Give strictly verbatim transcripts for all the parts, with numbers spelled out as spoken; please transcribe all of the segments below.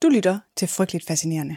Du lytter til Frygteligt Fascinerende.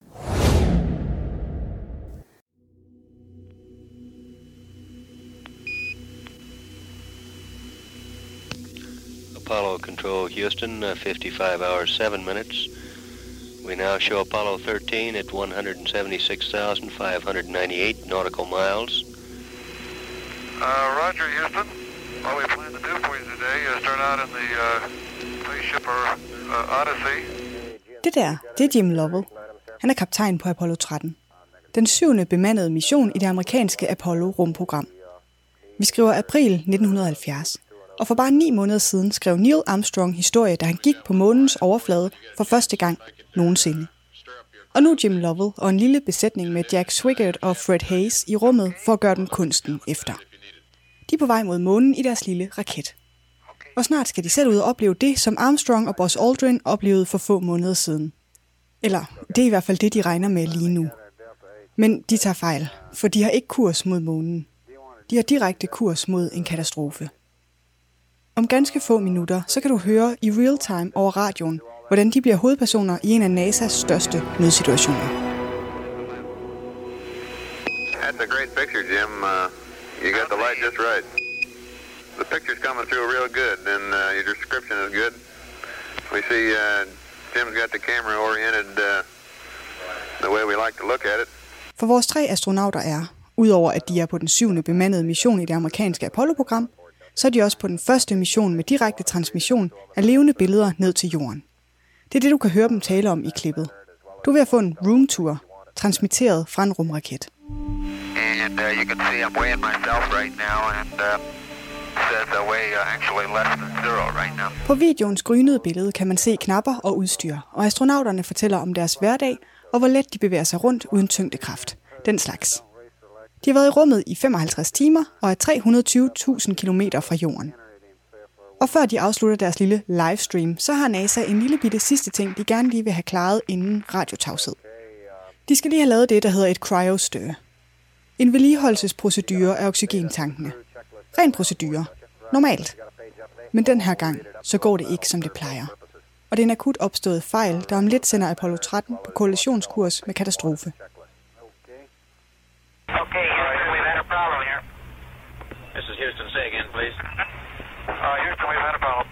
Apollo Control Houston, uh, fifty-five hours, seven minutes. We now show Apollo thirteen at one hundred seventy-six thousand five hundred ninety-eight nautical miles. Uh, Roger, Houston. What we plan to do for you today is start out in the uh, spaceship or uh, Odyssey. Det der, det er Jim Lovell. Han er kaptajn på Apollo tretten. Den syvende bemandede mission i det amerikanske Apollo-rumprogram. Vi skriver april nitten halvfjerds. Og for bare ni måneder siden skrev Neil Armstrong historie, da han gik på månens overflade for første gang nogensinde. Og nu er Jim Lovell og en lille besætning med Jack Swigert og Fred Haise i rummet for at gøre dem kunsten efter. De er på vej mod månen i deres lille raket. Og snart skal de selv ud og opleve det, som Armstrong og Buzz Aldrin oplevede for få måneder siden. Eller det er i hvert fald det, de regner med lige nu. Men de tager fejl, for de har ikke kurs mod månen. De har direkte kurs mod en katastrofe. Om ganske få minutter, så kan du høre i real time over radioen, hvordan de bliver hovedpersoner i en af NASA's største nødsituationer. That's a great picture, Jim. Uh, you got the light just right. The picture's coming through real good, and uh, your description is good. We see uh, Jim's got the camera oriented uh, the way we like to look at it. For vores tre astronauter er, udover at de er på den syvende bemandede mission i det amerikanske Apollo-program, så er de også på den første mission med direkte transmission af levende billeder ned til jorden. Det er det, du kan høre dem tale om i klippet. Du er ved at få en roomtour, transmitteret fra en rumraket. And uh, you can see I'm weighing myself right now, and uh, says I weigh uh, actually less than zero right now. På videoens grynede billede kan man se knapper og udstyr, og astronauterne fortæller om deres hverdag og hvor let de bevæger sig rundt uden tyngdekraft. Den slags. De har været i rummet i femoghalvtreds timer og er tre hundrede og tyve tusind kilometer fra jorden. Og før de afslutter deres lille livestream, så har NASA en lille bitte sidste ting, de gerne lige vil have klaret inden radiotavshed. De skal lige have lavet det, der hedder et cryostir. En vedligeholdelsesprocedure af oxygentankene. Ren procedure. Normalt. Men den her gang, så går det ikke, som det plejer. Og det er en akut opstået fejl, der om lidt sender Apollo tretten på kollisionskurs med katastrofe. Okay, Houston, we've had a problem here. This is Houston. Say again, please. Uh, Houston, we've had a problem.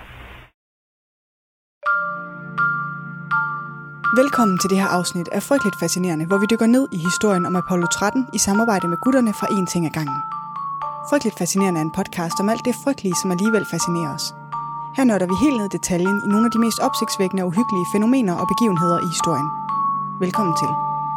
Velkommen til det her afsnit af Frygteligt Fascinerende, hvor vi dykker ned i historien om Apollo tretten i samarbejde med gutterne fra En Ting ad gangen. Frygteligt Fascinerende er en podcast om alt det frygtelige, som alligevel fascinerer os. Her nørder vi helt ned i detaljen i nogle af de mest opsigtsvækkende og uhyggelige fænomener og begivenheder i historien. Velkommen til.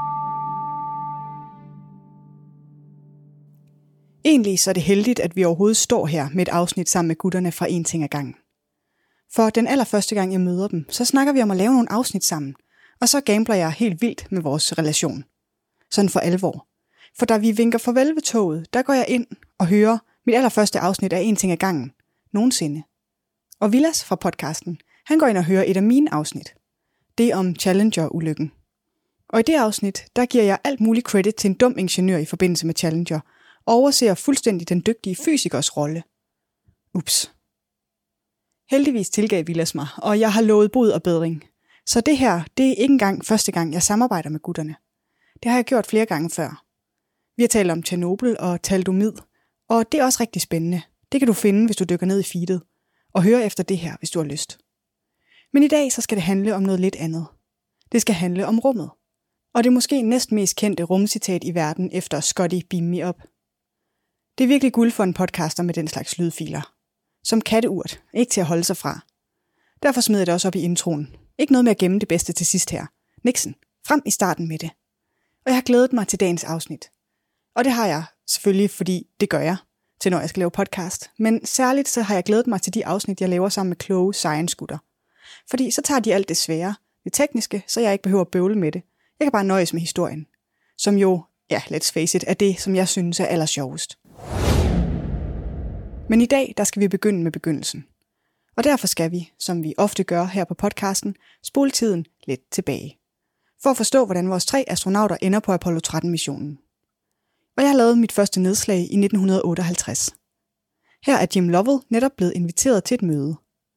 Egentlig så er det heldigt, at vi overhovedet står her med et afsnit sammen med gutterne fra En Ting ad gangen. For den allerførste gang jeg møder dem, så snakker vi om at lave nogle afsnit sammen, og så gambler jeg helt vildt med vores relation. Sådan for alvor. For da vi vinker farvel ved toget, der går jeg ind og hører mit allerførste afsnit af En Ting ad gangen. Nogensinde. Og Vilas fra podcasten, han går ind og hører et af mine afsnit. Det om Challenger-ulykken. Og i det afsnit, der giver jeg alt muligt credit til en dum ingeniør i forbindelse med Challenger, og overser fuldstændig den dygtige fysikers rolle. Ups. Heldigvis tilgav Vilas mig, og jeg har lovet bod og bedring. Så det her, det er ikke engang første gang, jeg samarbejder med gutterne. Det har jeg gjort flere gange før. Vi har talt om Tjernobyl og thalidomid, og det er også rigtig spændende. Det kan du finde, hvis du dykker ned i feedet, og høre efter det her, hvis du har lyst. Men i dag så skal det handle om noget lidt andet. Det skal handle om rummet. Og det er måske næsten mest kendte rumcitat i verden efter Scotty Beam Me Up. Det er virkelig guld for en podcaster med den slags lydfiler. Som katteurt, ikke til at holde sig fra. Derfor smed jeg det også op i introen. Ikke noget med at gemme det bedste til sidst her. Nixon, frem i starten med det. Og jeg har glædet mig til dagens afsnit. Og det har jeg selvfølgelig, fordi det gør jeg, til når jeg skal lave podcast. Men særligt så har jeg glædet mig til de afsnit, jeg laver sammen med kloge science-gutter. Fordi så tager de alt det svære, det tekniske, så jeg ikke behøver at bøvle med det. Jeg kan bare nøjes med historien. Som jo, ja, let's face it, er det, som jeg synes er allersjovest. Men i dag, der skal vi begynde med begyndelsen. Og derfor skal vi, som vi ofte gør her på podcasten, spole tiden lidt tilbage. For at forstå, hvordan vores tre astronauter ender på Apollo tretten-missionen. Og jeg har lavet mit første nedslag i nitten otteoghalvtreds. Her er Jim Lovell netop blevet inviteret til et møde.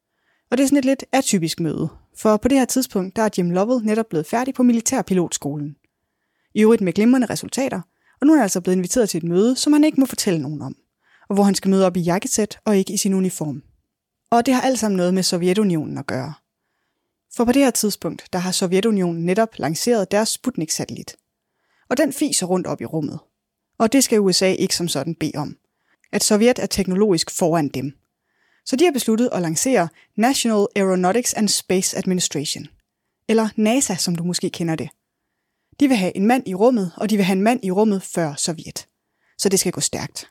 Og det er sådan et lidt atypisk møde, for på det her tidspunkt, der er Jim Lovell netop blevet færdig på militærpilotskolen. I øvrigt med glimrende resultater, og nu er han altså blevet inviteret til et møde, som han ikke må fortælle nogen om, og hvor han skal møde op i jakkesæt og ikke i sin uniform. Og det har alt sammen noget med Sovjetunionen at gøre. For på det her tidspunkt, der har Sovjetunionen netop lanceret deres Sputnik-satellit. Og den fiser rundt op i rummet. Og det skal U S A ikke som sådan bede om. At Sovjet er teknologisk foran dem. Så de har besluttet at lancere National Aeronautics and Space Administration. Eller NASA, som du måske kender det. De vil have en mand i rummet, og de vil have en mand i rummet før Sovjet. Så det skal gå stærkt.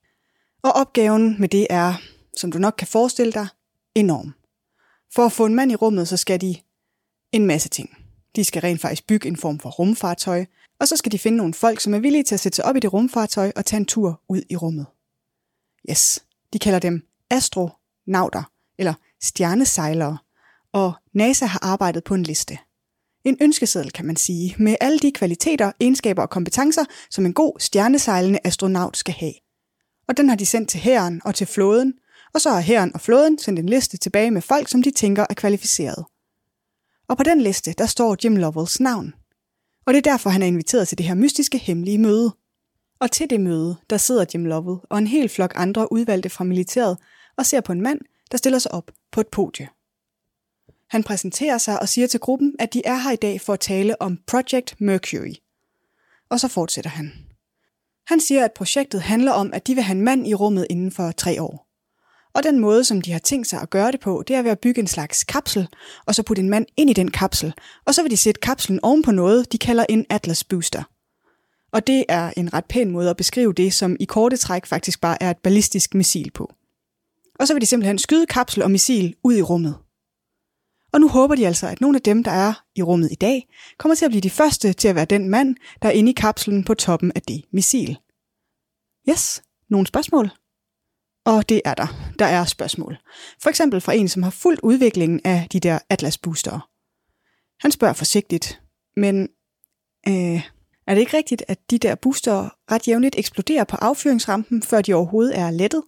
Og opgaven med det er, som du nok kan forestille dig, enorm. For at få en mand i rummet, så skal de en masse ting. De skal rent faktisk bygge en form for rumfartøj, og så skal de finde nogle folk, som er villige til at sætte sig op i det rumfartøj og tage en tur ud i rummet. Yes, de kalder dem astronauter, eller stjernesejlere, og NASA har arbejdet på en liste. En ønskeseddel, kan man sige, med alle de kvaliteter, egenskaber og kompetencer, som en god stjernesejlende astronaut skal have. Og den har de sendt til hæren og til flåden, og så har hæren og flåden sendt en liste tilbage med folk, som de tænker er kvalificeret. Og på den liste, der står Jim Lovells navn. Og det er derfor, han er inviteret til det her mystiske, hemmelige møde. Og til det møde, der sidder Jim Lovell og en hel flok andre udvalgte fra militæret og ser på en mand, der stiller sig op på et podie. Han præsenterer sig og siger til gruppen, at de er her i dag for at tale om Project Mercury. Og så fortsætter han. Han siger, at projektet handler om, at de vil have en mand i rummet inden for tre år. Og den måde, som de har tænkt sig at gøre det på, det er ved at bygge en slags kapsel, og så putte en mand ind i den kapsel, og så vil de sætte kapslen oven på noget, de kalder en Atlas Booster. Og det er en ret pæn måde at beskrive det, som i korte træk faktisk bare er et ballistisk missil på. Og så vil de simpelthen skyde kapsel og missil ud i rummet. Og nu håber de altså, at nogle af dem, der er i rummet i dag, kommer til at blive de første til at være den mand, der er inde i kapslen på toppen af det missil. Yes, nogle spørgsmål? Og det er der. Der er spørgsmål. For eksempel fra en, som har fulgt udviklingen af de der Atlas Boostere. Han spørger forsigtigt, men øh, er det ikke rigtigt, at de der booster ret jævnligt eksploderer på affyringsrampen, før de overhovedet er lettet?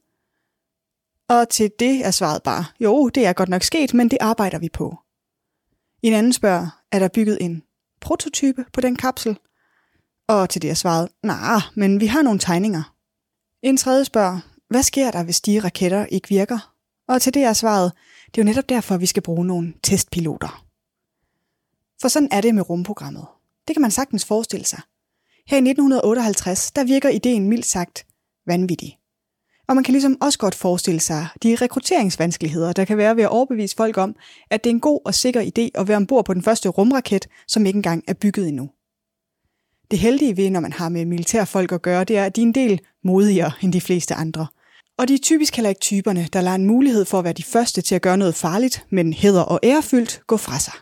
Og til det er svaret bare, jo, det er godt nok sket, men det arbejder vi på. En anden spørger, er der bygget en prototype på den kapsel? Og til det er svaret, nej, men vi har nogle tegninger. En tredje spørger, hvad sker der, hvis de raketter ikke virker? Og til det er svaret, det er jo netop derfor, vi skal bruge nogle testpiloter. For sådan er det med rumprogrammet. Det kan man sagtens forestille sig. Her i nitten otteoghalvtreds, der virker ideen mildt sagt vanvittig. Og man kan ligesom også godt forestille sig de rekrutteringsvanskeligheder, der kan være ved at overbevise folk om, at det er en god og sikker idé at være ombord på den første rumraket, som ikke engang er bygget endnu. Det heldige ved, når man har med militærfolk at gøre, det er, at de er en del modigere end de fleste andre. Og de er typisk heller ikke typerne, der lader en mulighed for at være de første til at gøre noget farligt, men hæder og ærefyldt gå fra sig.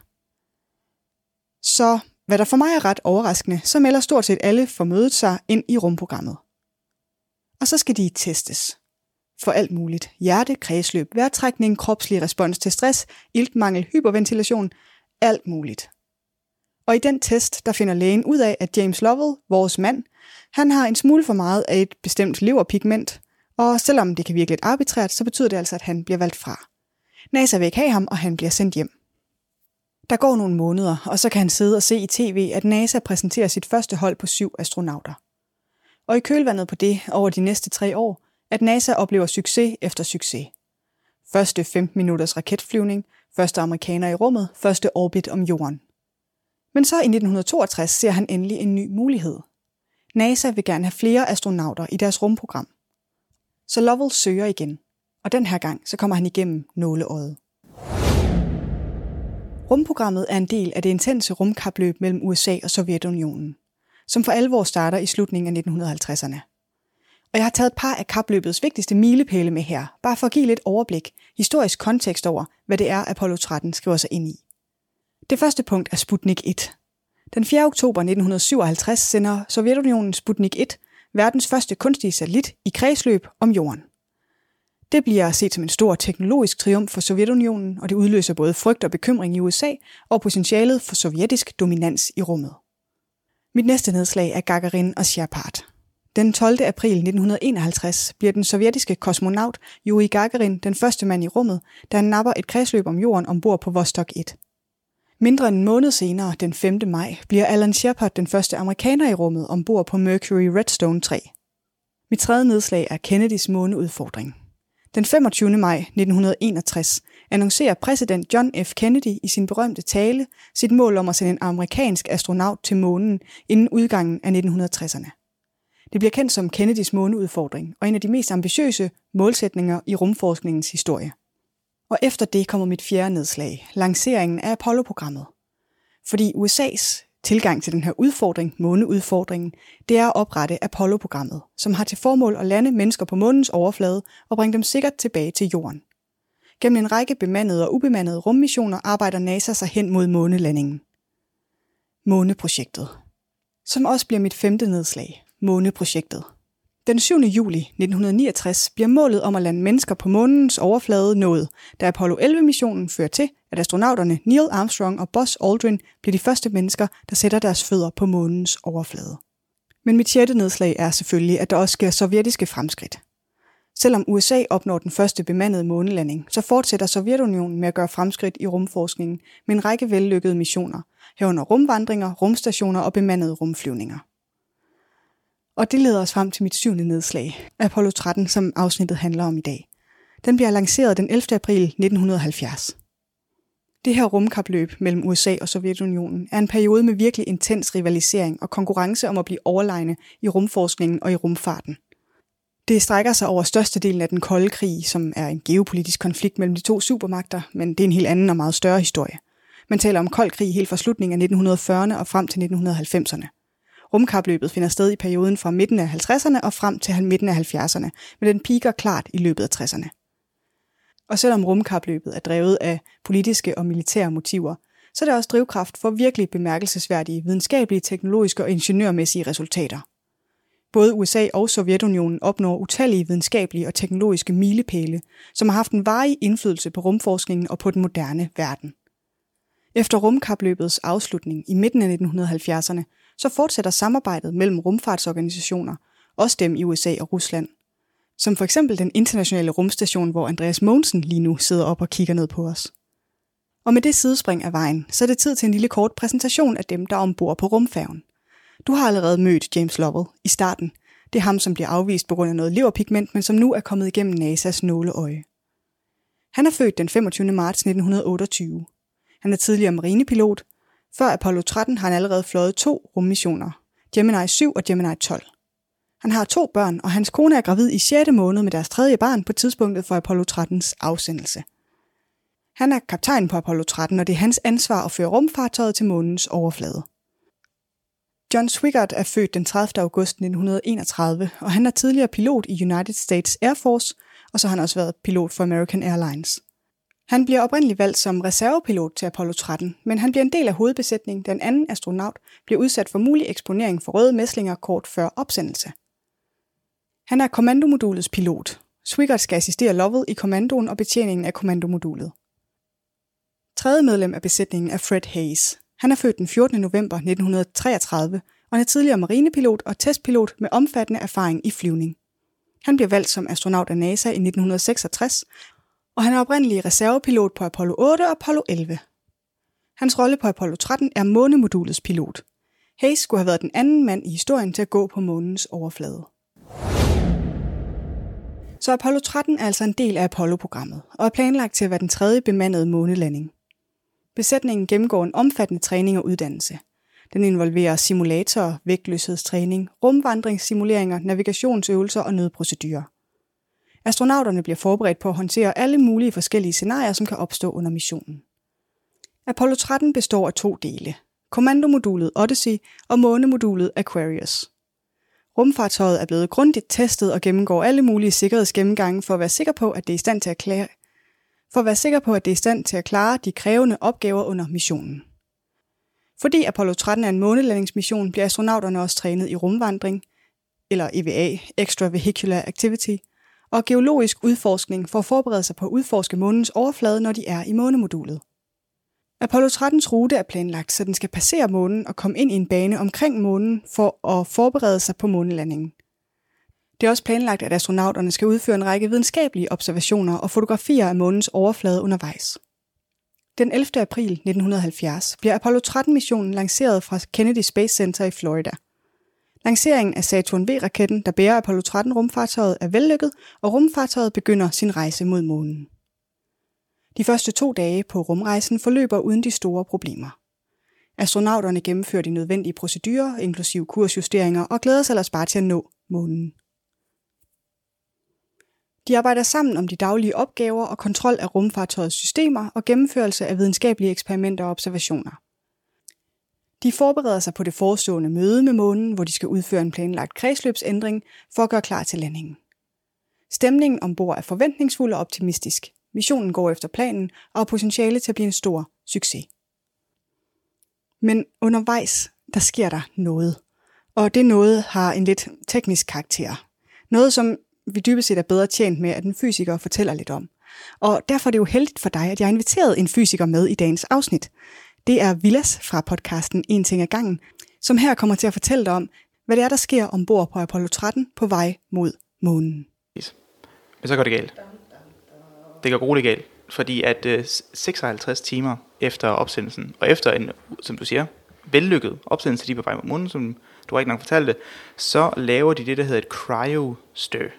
Så hvad der for mig er ret overraskende, så melder stort set alle for mødet sig ind i rumprogrammet. Og så skal de testes. For alt muligt. Hjerte, kredsløb, vejrtrækning, kropslig respons til stress, iltmangel, hyperventilation, alt muligt. Og i den test, der finder lægen ud af, at James Lovell, vores mand, han har en smule for meget af et bestemt leverpigment, og selvom det kan virke lidt arbitrært, så betyder det altså, at han bliver valgt fra. NASA vil ikke have ham, og han bliver sendt hjem. Der går nogle måneder, og så kan han sidde og se i tv, at NASA præsenterer sit første hold på syv astronauter. Og i kølvandet på det over de næste tre år, at NASA oplever succes efter succes. Første femten minutters raketflyvning, første amerikaner i rummet, første orbit om jorden. Men så i nitten toogtres ser han endelig en ny mulighed. NASA vil gerne have flere astronauter i deres rumprogram. Så Lovell søger igen, og den her gang så kommer han igennem nåleøjet. Rumprogrammet er en del af det intense rumkapløb mellem U S A og Sovjetunionen, som for alvor starter i slutningen af nitten halvtredserne. Og jeg har taget et par af kapløbets vigtigste milepæle med her, bare for at give lidt overblik, historisk kontekst over, hvad det er, Apollo tretten skriver sig ind i. Det første punkt er Sputnik et. Den fjerde oktober nitten syvoghalvtreds sender Sovjetunionen Sputnik et, verdens første kunstige satellit, i kredsløb om jorden. Det bliver set som en stor teknologisk triumf for Sovjetunionen, og det udløser både frygt og bekymring i U S A og potentialet for sovjetisk dominans i rummet. Mit næste nedslag er Gagarin og Shepard. Den tolvte april nitten enoghalvtreds bliver den sovjetiske kosmonaut Yuri Gagarin den første mand i rummet, da han napper et kredsløb om jorden ombord på Vostok et. Mindre end en måned senere, den femte maj, bliver Alan Shepard den første amerikaner i rummet ombord på Mercury Redstone tre. Mit tredje nedslag er Kennedys måneudfordring. Den femogtyvende maj nitten enogtres annoncerer præsident John F. Kennedy i sin berømte tale sit mål om at sende en amerikansk astronaut til månen inden udgangen af nitten tresserne. Det bliver kendt som Kennedys måneudfordring og en af de mest ambitiøse målsætninger i rumforskningens historie. Og efter det kommer mit fjerde nedslag, lanceringen af Apollo-programmet. Fordi U S A's tilgang til den her udfordring, måneudfordringen, det er at oprette Apollo-programmet, som har til formål at lande mennesker på månens overflade og bringe dem sikkert tilbage til jorden. Gennem en række bemandede og ubemandede rummissioner arbejder NASA sig hen mod månelandingen. Måneprojektet. Som også bliver mit femte nedslag, måneprojektet. Den syvende juli nitten niogtres bliver målet om at lande mennesker på månens overflade nået, da Apollo elleve-missionen fører til, at astronauterne Neil Armstrong og Buzz Aldrin bliver de første mennesker, der sætter deres fødder på månens overflade. Men mit sjette nedslag er selvfølgelig, at der også sker sovjetiske fremskridt. Selvom U S A opnår den første bemandede månelanding, så fortsætter Sovjetunionen med at gøre fremskridt i rumforskningen med en række vellykkede missioner, herunder rumvandringer, rumstationer og bemandede rumflyvninger. Og det leder os frem til mit syvende nedslag, Apollo tretten, som afsnittet handler om i dag. Den bliver lanceret den ellevte april nitten halvfjerds. Det her rumkapløb mellem U S A og Sovjetunionen er en periode med virkelig intens rivalisering og konkurrence om at blive overlegne i rumforskningen og i rumfarten. Det strækker sig over størstedelen af den kolde krig, som er en geopolitisk konflikt mellem de to supermagter, men det er en helt anden og meget større historie. Man taler om kold krig helt fra slutningen af nitten fyrrerne og frem til nitten halvfemserne. Rumkapløbet finder sted i perioden fra midten af halvtredserne og frem til midten af halvfjerdserne, men den piker klart i løbet af tresserne. Og selvom rumkapløbet er drevet af politiske og militære motiver, så er det også drivkraft for virkelig bemærkelsesværdige videnskabelige, teknologiske og ingeniørmæssige resultater. Både U S A og Sovjetunionen opnår utallige videnskabelige og teknologiske milepæle, som har haft en varig indflydelse på rumforskningen og på den moderne verden. Efter rumkapløbets afslutning i midten af nitten halvfjerdserne, så fortsætter samarbejdet mellem rumfartsorganisationer, også dem i U S A og Rusland, som for eksempel den internationale rumstation, hvor Andreas Mogensen lige nu sidder op og kigger ned på os. Og med det sidespring af vejen, så er det tid til en lille kort præsentation af dem, der er ombord på rumfærgen. Du har allerede mødt James Lovell i starten. Det er ham, som bliver afvist på grund af noget leverpigment, men som nu er kommet igennem NASA's nåleøje. Han er født den femogtyvende marts nitten otteogtyve. Han er tidligere marinepilot. Før Apollo tretten har han allerede fløjet to rummissioner, Gemini syv og Gemini tolv. Han har to børn, og hans kone er gravid i sjette måned med deres tredje barn på tidspunktet for Apollo trettens afsendelse. Han er kaptajn på Apollo tretten, og det er hans ansvar at føre rumfartøjet til månens overflade. John Swigert er født den tredivte august nitten enogtredive, og han er tidligere pilot i United States Air Force, og så har han også været pilot for American Airlines. Han bliver oprindeligt valgt som reservepilot til Apollo tretten, men han bliver en del af hovedbesætningen, da en anden astronaut bliver udsat for mulig eksponering for røde mæslinger kort før opsendelse. Han er kommandomodulets pilot. Swigert skal assistere Lovell i kommandoen og betjeningen af kommandomodulet. Tredje medlem af besætningen er Fred Hayes. Han er født den fjortende november nitten treogtredive, og han er tidligere marinepilot og testpilot med omfattende erfaring i flyvning. Han bliver valgt som astronaut af NASA i nitten seksogtres, og han er oprindelig reservepilot på Apollo otte og Apollo elleve. Hans rolle på Apollo tretten er månemodulets pilot. Hayes skulle have været den anden mand i historien til at gå på månens overflade. Så Apollo tretten er altså en del af Apollo-programmet, og er planlagt til at være den tredje bemandede månelanding. Besætningen gennemgår en omfattende træning og uddannelse. Den involverer simulatorer, vægtløshedstræning, rumvandringssimuleringer, navigationsøvelser og nødprocedurer. Astronauterne bliver forberedt på at håndtere alle mulige forskellige scenarier, som kan opstå under missionen. Apollo tretten består af to dele: kommandomodulet Odyssey og månemodulet Aquarius. Rumfartøjet er blevet grundigt testet og gennemgår alle mulige sikkerhedsgennemgange for at være sikker på, at det er i stand til at klare for at være sikker på, at det er i stand til at klare de krævende opgaver under missionen. Fordi Apollo tretten er en månelandingsmission, bliver astronauterne også trænet i rumvandring, eller E V A, Extravehicular Activity, og geologisk udforskning for at forberede sig på at udforske månens overflade, når de er i månemodulet. Apollo trettens rute er planlagt, så den skal passere månen og komme ind i en bane omkring månen for at forberede sig på månelandingen. Det er også planlagt, at astronauterne skal udføre en række videnskabelige observationer og fotografier af månens overflade undervejs. Den ellevte april nitten halvfjerds bliver Apollo tretten-missionen lanceret fra Kennedy Space Center i Florida. Lanceringen af Saturn V-raketten, der bærer Apollo tretten-rumfartøjet, er vellykket, og rumfartøjet begynder sin rejse mod månen. De første to dage på rumrejsen forløber uden de store problemer. Astronauterne gennemfører de nødvendige procedurer, inklusive kursjusteringer, og glæder sig ellers bare til at nå månen. De arbejder sammen om de daglige opgaver og kontrol af rumfartøjets systemer og gennemførelse af videnskabelige eksperimenter og observationer. De forbereder sig på det forestående møde med månen, hvor de skal udføre en planlagt kredsløbsændring for at gøre klar til landingen. Stemningen ombord er forventningsfuld og optimistisk. Missionen går efter planen og har potentiale til at blive en stor succes. Men undervejs, der sker der noget. Og det noget har en lidt teknisk karakter. Noget, som vi dybest set er bedre tjent med, at en fysiker fortæller lidt om. Og derfor er det jo heldigt for dig, at jeg har inviteret en fysiker med i dagens afsnit. Det er Vilas fra podcasten En ting ad gangen, som her kommer til at fortælle dig om, hvad det er, der sker ombord på Apollo tretten på vej mod månen. Men så går det galt. Det går grueligt galt, fordi at øh, seksoghalvtreds timer efter opsendelsen, og efter en, som du siger, vellykket opsendelse lige på vej mod månen, som du har ikke nok fortalt det, så laver de det, der hedder et cryostir,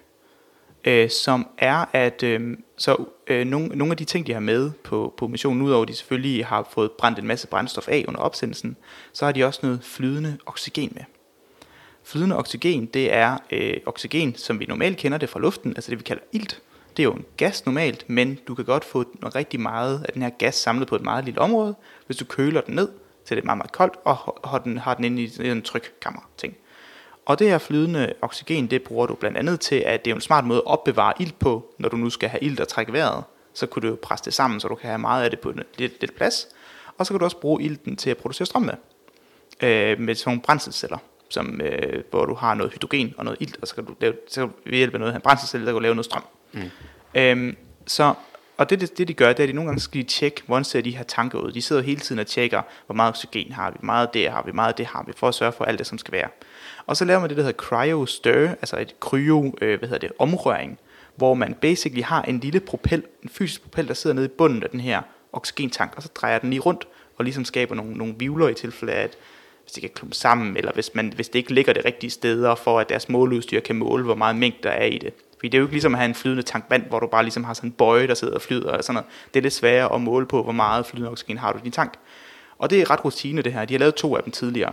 øh, som er, at øh, så øh, nogle, nogle af de ting, de har med på, på missionen, udover at de selvfølgelig har fået brændt en masse brændstof af under opsendelsen, så har de også noget flydende oxygen med. Flydende oxygen, det er øh, oxygen, som vi normalt kender det fra luften, altså det vi kalder ilt. Det er jo en gas normalt, men du kan godt få rigtig meget af den her gas samlet på et meget lille område, hvis du køler den ned, så det er meget, meget koldt, og har den, har den inde i en trykkammer ting. Og det her flydende oxygen, det bruger du blandt andet til, at det er en smart måde at opbevare ilt på, når du nu skal have ilt og trække vejret. Så kunne du jo presse det sammen, så du kan have meget af det på lidt, lidt plads. Og så kan du også bruge ilten til at producere strøm med, øh, med sådan nogle brændselsceller, som, øh, hvor du har noget hydrogen og noget ilt, og så kan du lave, så kan du ved hjælp af noget af en brændselscelle, der kan du lave noget strøm. Mm. Øhm, så, og det, det, det de gør, det er, at de nogle gange skal de tjekke, hvordan ser de her tanker ud. De sidder hele tiden og tjekker, hvor meget oxygen har vi, hvor meget af det har vi, hvor meget af det har vi, for at sørge for alt det, som skal være. Og så laver man det, der hedder cryostir, altså et cryo, øh, hvad hedder det, omrøring, hvor man basically har en lille propel, en fysisk propel, der sidder nede i bunden af den her oxygentank, og så drejer den lige rundt, og ligesom skaber nogle, nogle vivler i tilfælde af, at hvis det kan klumpe sammen, eller hvis, man, hvis det ikke ligger det rigtige steder, for at deres måleudstyr kan måle, hvor meget mængde der er i det. Fordi det er jo ikke ligesom at have en flydende tank vand, hvor du bare ligesom har sådan en bøje, der sidder og flyder, eller sådan noget. Det er lidt sværere at måle på, hvor meget flydende oxygen har du i din tank. Og det er ret rutine det her. De har lavet to af dem tidligere.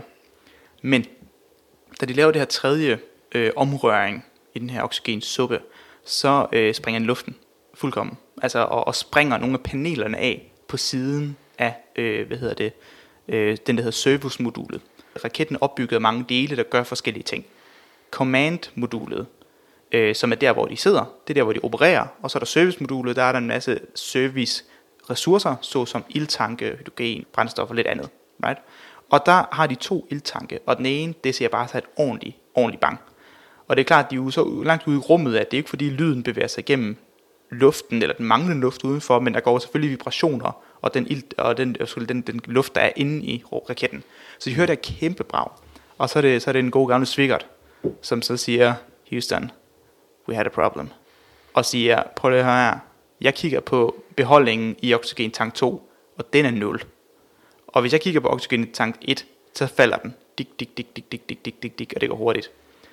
Men da de laver det her tredje øh, omrøring i den her oxygensuppe, så øh, springer den luften fuldkommen. Altså, og, og springer nogle af panelerne af på siden af, øh, hvad hedder det, øh, den der hedder service-modulet. Raketten er opbygget af mange dele, der gør forskellige ting. Command-modulet, øh, som er der, hvor de sidder, det er der, hvor de opererer. Og så er der service-modulet, der er der en masse service-ressourcer, såsom ildtanke, hydrogen, brændstof og lidt andet. Right? Og der har de to ildtanke, og den ene, det ser bare så et ordentligt, ordentligt bang. Og det er klart, at de er jo så langt ude i rummet, at det er ikke fordi lyden bevæger sig igennem luften, eller den manglende luft udenfor, men der går selvfølgelig vibrationer, og den, ild, og den, den, den luft, der er inde i raketten. Så de hører der kæmpe brag. Og så er det, så er det en god gamle Swiggert, som så siger, Houston, we had a problem. Og siger, prøv at høre her, jeg kigger på beholdningen i oxygen tank to, og den er nul. Og hvis jeg kigger på oxygen tank et, så falder den. Dik, dik, dik, dik, dik, dik, dik, dik, dik, og det går hurtigt.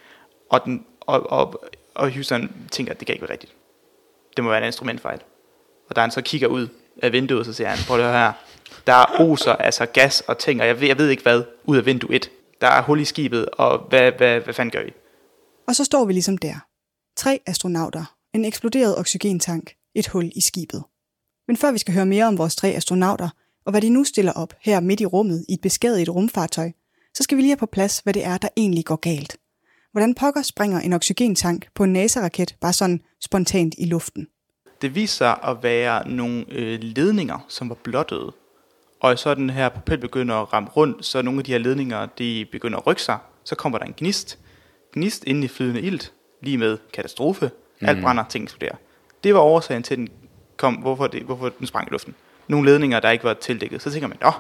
Og, den, og, og, og Houston tænker, at det kan ikke være rigtigt. Det må være en instrumentfejl. Og da han så kigger ud af vinduet, så siger han, prøv at høre her, der oser altså gas og ting, og jeg ved, jeg ved ikke hvad, ud af vindue et. Der er hul i skibet, og hvad, hvad, hvad fanden gør I? Og så står vi ligesom der. Tre astronauter, en eksploderet oxygentank, et hul i skibet. Men før vi skal høre mere om vores tre astronauter, og hvad de nu stiller op her midt i rummet i et beskadiget rumfartøj, så skal vi lige have på plads, hvad det er, der egentlig går galt. Hvordan pokker springer en oxygentank på en NASA-raket bare sådan spontant i luften? Det viser sig at være nogle øh, ledninger, som var blottede. Og så den her propel begynder at ramme rundt, så nogle af de her ledninger, de begynder at rykke sig. Så kommer der en gnist. Gnist inde i flydende ilt, lige med katastrofe. Mm. Alt brænder, ting eksploderer. Det var årsagen til, den kom, hvorfor, det, hvorfor den sprang i luften. Nogle ledninger, der ikke var tildækket. Så tænker man, åh,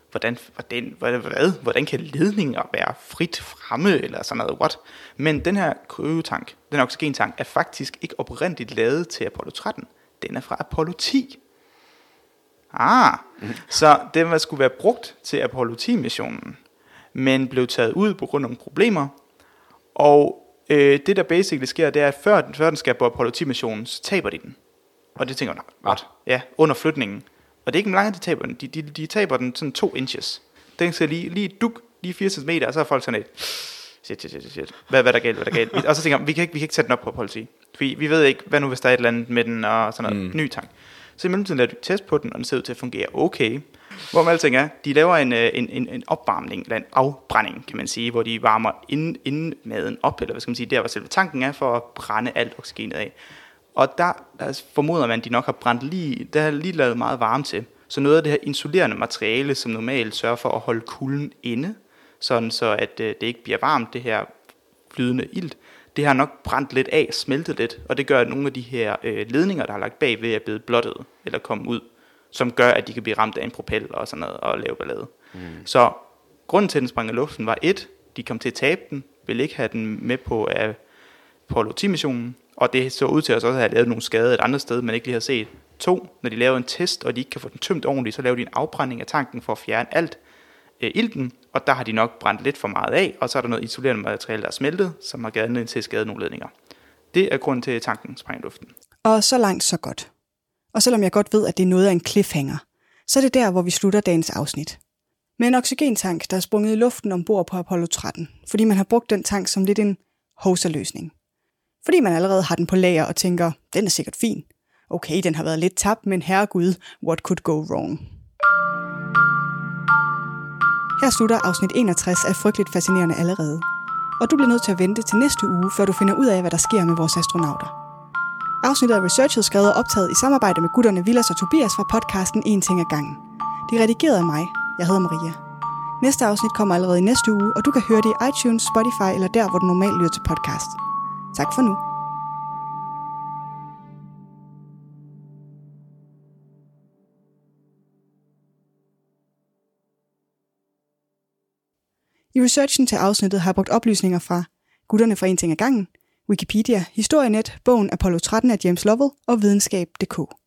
hvordan, hvordan, hvad, hvordan kan ledninger være frit fremme, eller sådan noget, what? Men den her kryotank, den oxygentank, er faktisk ikke oprindeligt lavet til Apollo tretten. Den er fra Apollo ti. Ah, mm. Så den skulle være brugt til Apollo ti-missionen, men blev taget ud på grund af nogle problemer. Og øh, det der basically sker, det er, at før, før den skal på Apollo ti-missionen, så taber de den. Og det tænker jeg, what? Ja, under flytningen. Og det er ikke langt, de taber den. De, de, de taber den sådan to inches. Den skal lige, lige duk, lige fire centimeter, og så er folk sådan et, shit, shit, shit, shit. Hvad, hvad er der galt, hvad er der galt? Og så tænker jeg, vi kan ikke, vi kan ikke sætte den op på Apollo ti. Vi, vi ved ikke, hvad nu hvis der er et eller andet med den, og sådan noget mm. ny tank. Så i mellemtiden laver de test på den, og den ser ud til at fungere okay. Hvor man alting er, de laver en, en, en, en opvarmning, eller en afbrænding, kan man sige, hvor de varmer inden, inden maden op, eller hvad skal man sige, der hvor selve tanken er, for at brænde alt oxygenet af. Og der altså, formoder man, at de nok har brændt lige, der har lige lavet meget varme til. Så noget af det her insulerende materiale, som normalt sørger for at holde kulden inde, sådan så at øh, det ikke bliver varmt, det her flydende ilt, det har nok brændt lidt af, smeltet lidt, og det gør, at nogle af de her øh, ledninger, der har lagt bagved, er blevet blottet, eller kommet ud, som gør, at de kan blive ramt af en propel og sådan noget, og lave ballade. Mm. Så grunden til, at den sprang i luften, var et, de kom til at tabe den, ville ikke have den med på uh, Apollo ti-missionen, og det så ud til at også have lavet nogle skader et andet sted, man ikke lige har set. To, når de laver en test, og de ikke kan få den tømt ordentligt, så laver de en afbrænding af tanken for at fjerne alt øh, ilten, og der har de nok brændt lidt for meget af, og så er der noget isolerende materiale, der er smeltet, som har givet anledning til at skade nogle ledninger. Det er grunden til, at tanken sprang i luften. Og så langt, så godt. Og selvom jeg godt ved, at det er noget af en cliffhanger, så er det der, hvor vi slutter dagens afsnit. Med en oxygentank, der er sprunget i luften ombord på Apollo tretten, fordi man har brugt den tank som lidt en hovsaløsning. Fordi man allerede har den på lager og tænker, den er sikkert fin. Okay, den har været lidt tabt, men herregud, what could go wrong? Her slutter afsnit enogtres af Frygteligt Fascinerende allerede. Og du bliver nødt til at vente til næste uge, før du finder ud af, hvad der sker med vores astronauter. Afsnittet er researchet, skrevet og optaget i samarbejde med gutterne Vilas og Tobias fra podcasten En ting ad gangen. De er redigeret af mig. Jeg hedder Maria. Næste afsnit kommer allerede i næste uge, og du kan høre det i iTunes, Spotify eller der, hvor du normalt lytter til podcast. Tak for nu. I researchen til afsnittet har jeg brugt oplysninger fra Gutterne fra En ting ad gangen, Wikipedia, Historienet, bogen Apollo tretten af James Lovell og videnskab punktum d k.